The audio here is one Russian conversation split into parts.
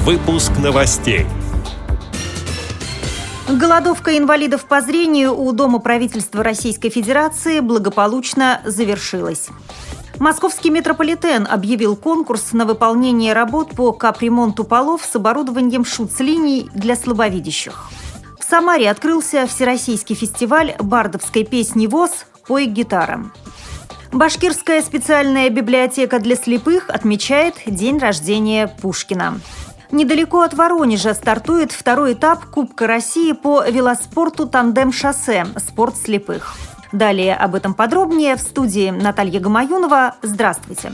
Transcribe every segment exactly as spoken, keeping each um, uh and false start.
Выпуск новостей. Голодовка инвалидов по зрению у Дома правительства Российской Федерации благополучно завершилась. Московский метрополитен объявил конкурс на выполнение работ по капремонту полов с оборудованием шуц-линий для слабовидящих. В Самаре открылся всероссийский фестиваль бардовской песни ВОС «Пой гитара». Башкирская специальная библиотека для слепых отмечает день рождения Пушкина. Недалеко от Воронежа стартует второй этап Кубка России по велоспорту «Тандем-шоссе» «Спорт слепых». Далее об этом подробнее в студии Наталья Гамаюнова. Здравствуйте.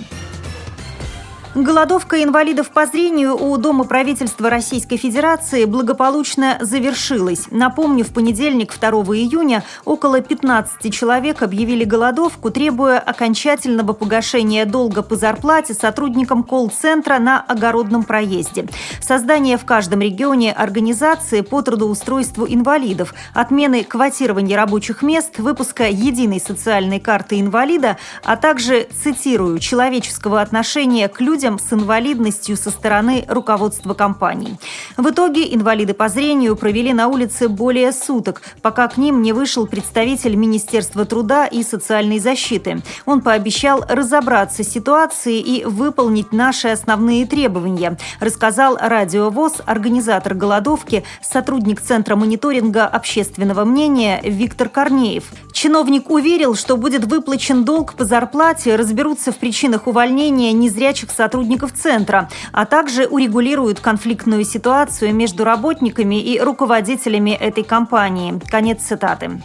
Голодовка инвалидов по зрению у Дома правительства Российской Федерации благополучно завершилась. Напомню, в понедельник, второго июня, около пятнадцати человек объявили голодовку, требуя окончательного погашения долга по зарплате сотрудникам колл-центра на Огородном проезде, создания в каждом регионе организации по трудоустройству инвалидов, отмены квотирования рабочих мест, выпуска единой социальной карты инвалида, а также, цитирую, человеческого отношения к людям с инвалидностью со стороны руководства компаний. В итоге инвалиды по зрению провели на улице более суток, пока к ним не вышел представитель Министерства труда и социальной защиты. Он пообещал разобраться с ситуацией и выполнить наши основные требования, рассказал Радио ВОС организатор голодовки, сотрудник Центра мониторинга общественного мнения Виктор Корнеев. Чиновник уверил, что будет выплачен долг по зарплате, разберутся в причинах увольнения незрячих сотрудников центра, а также урегулируют конфликтную ситуацию между работниками и руководителями этой компании. Конец цитаты.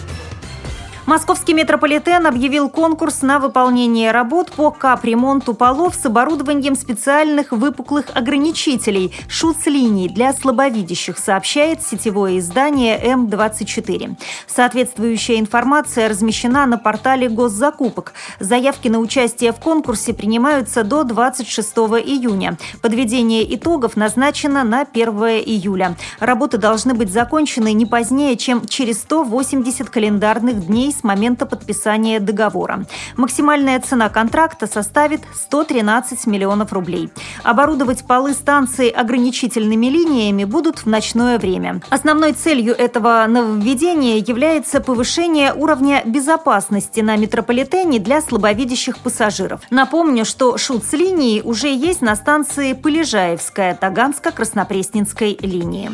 Московский метрополитен объявил конкурс на выполнение работ по капремонту полов с оборудованием специальных выпуклых ограничителей шуц-линий для слабовидящих, сообщает сетевое издание эм двадцать четыре. Соответствующая информация размещена на портале госзакупок. Заявки на участие в конкурсе принимаются до двадцать шестого июня. Подведение итогов назначено на первого июля. Работы должны быть закончены не позднее, чем через сто восемьдесят календарных дней с момента подписания договора. Максимальная цена контракта составит сто тринадцать миллионов рублей. Оборудовать полы станции ограничительными линиями будут в ночное время. Основной целью этого нововведения является повышение уровня безопасности на метрополитене для слабовидящих пассажиров. Напомню, что шуц-линии уже есть на станции Полежаевская Таганско-Краснопресненской линии.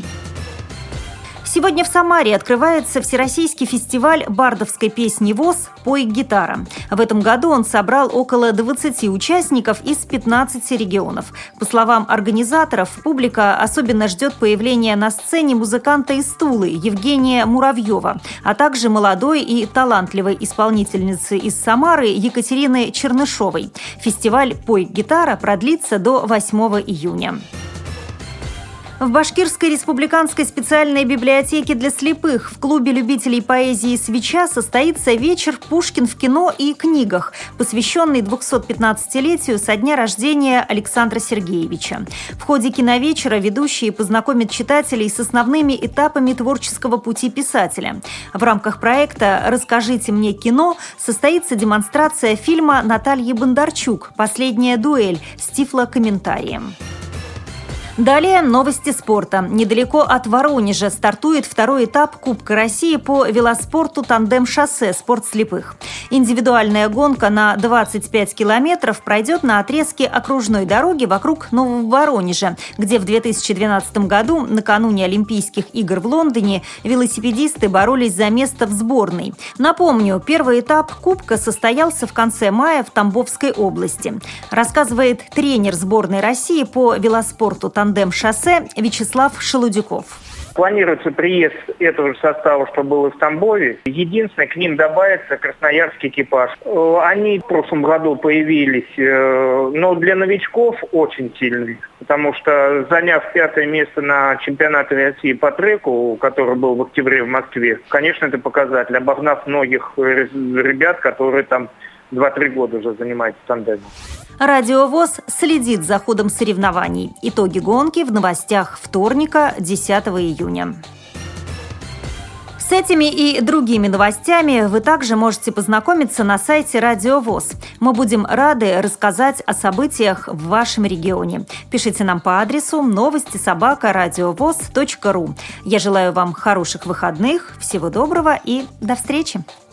Сегодня в Самаре открывается всероссийский фестиваль бардовской песни ВОС «Пой гитара». В этом году он собрал около двадцати участников из пятнадцати регионов. По словам организаторов, публика особенно ждет появления на сцене музыканта из Тулы Евгения Муравьева, а также молодой и талантливой исполнительницы из Самары Екатерины Чернышовой. Фестиваль «Пой гитара» продлится до восьмого июня. В Башкирской республиканской специальной библиотеке для слепых в клубе любителей поэзии «Свеча» состоится вечер «Пушкин в кино и книгах», посвященный двухсот-пятнадцатилетию со дня рождения Александра Сергеевича. В ходе киновечера ведущие познакомят читателей с основными этапами творческого пути писателя. В рамках проекта «Расскажите мне кино» состоится демонстрация фильма Натальи Бондарчук «Последняя дуэль» с тифлокомментарием. Далее новости спорта. Недалеко от Воронежа стартует второй этап Кубка России по велоспорту «Тандем-шоссе» «Спорт слепых». Индивидуальная гонка на двадцать пять километров пройдет на отрезке окружной дороги вокруг Нового Воронежа, где в две тысячи двенадцатом году, накануне Олимпийских игр в Лондоне, велосипедисты боролись за место в сборной. Напомню, первый этап Кубка состоялся в конце мая в Тамбовской области. Рассказывает тренер сборной России по велоспорту «Тандем-шоссе» Вячеслав Шелудяков. Планируется приезд этого же состава, что было в Тамбове. Единственное, к ним добавится красноярский экипаж. Они в прошлом году появились, но для новичков очень сильные. Потому что, заняв пятое место на чемпионате России по треку, который был в октябре в Москве, конечно, это показатель, обогнав многих ребят, которые там два-три года уже занимаются тандемом. Радио ВОС следит за ходом соревнований. Итоги гонки в новостях вторника, десятого июня. С этими и другими новостями вы также можете познакомиться на сайте Радио ВОС. Мы будем рады рассказать о событиях в вашем регионе. Пишите нам по адресу новости собака радиовос точка ру. Я желаю вам хороших выходных, всего доброго и до встречи!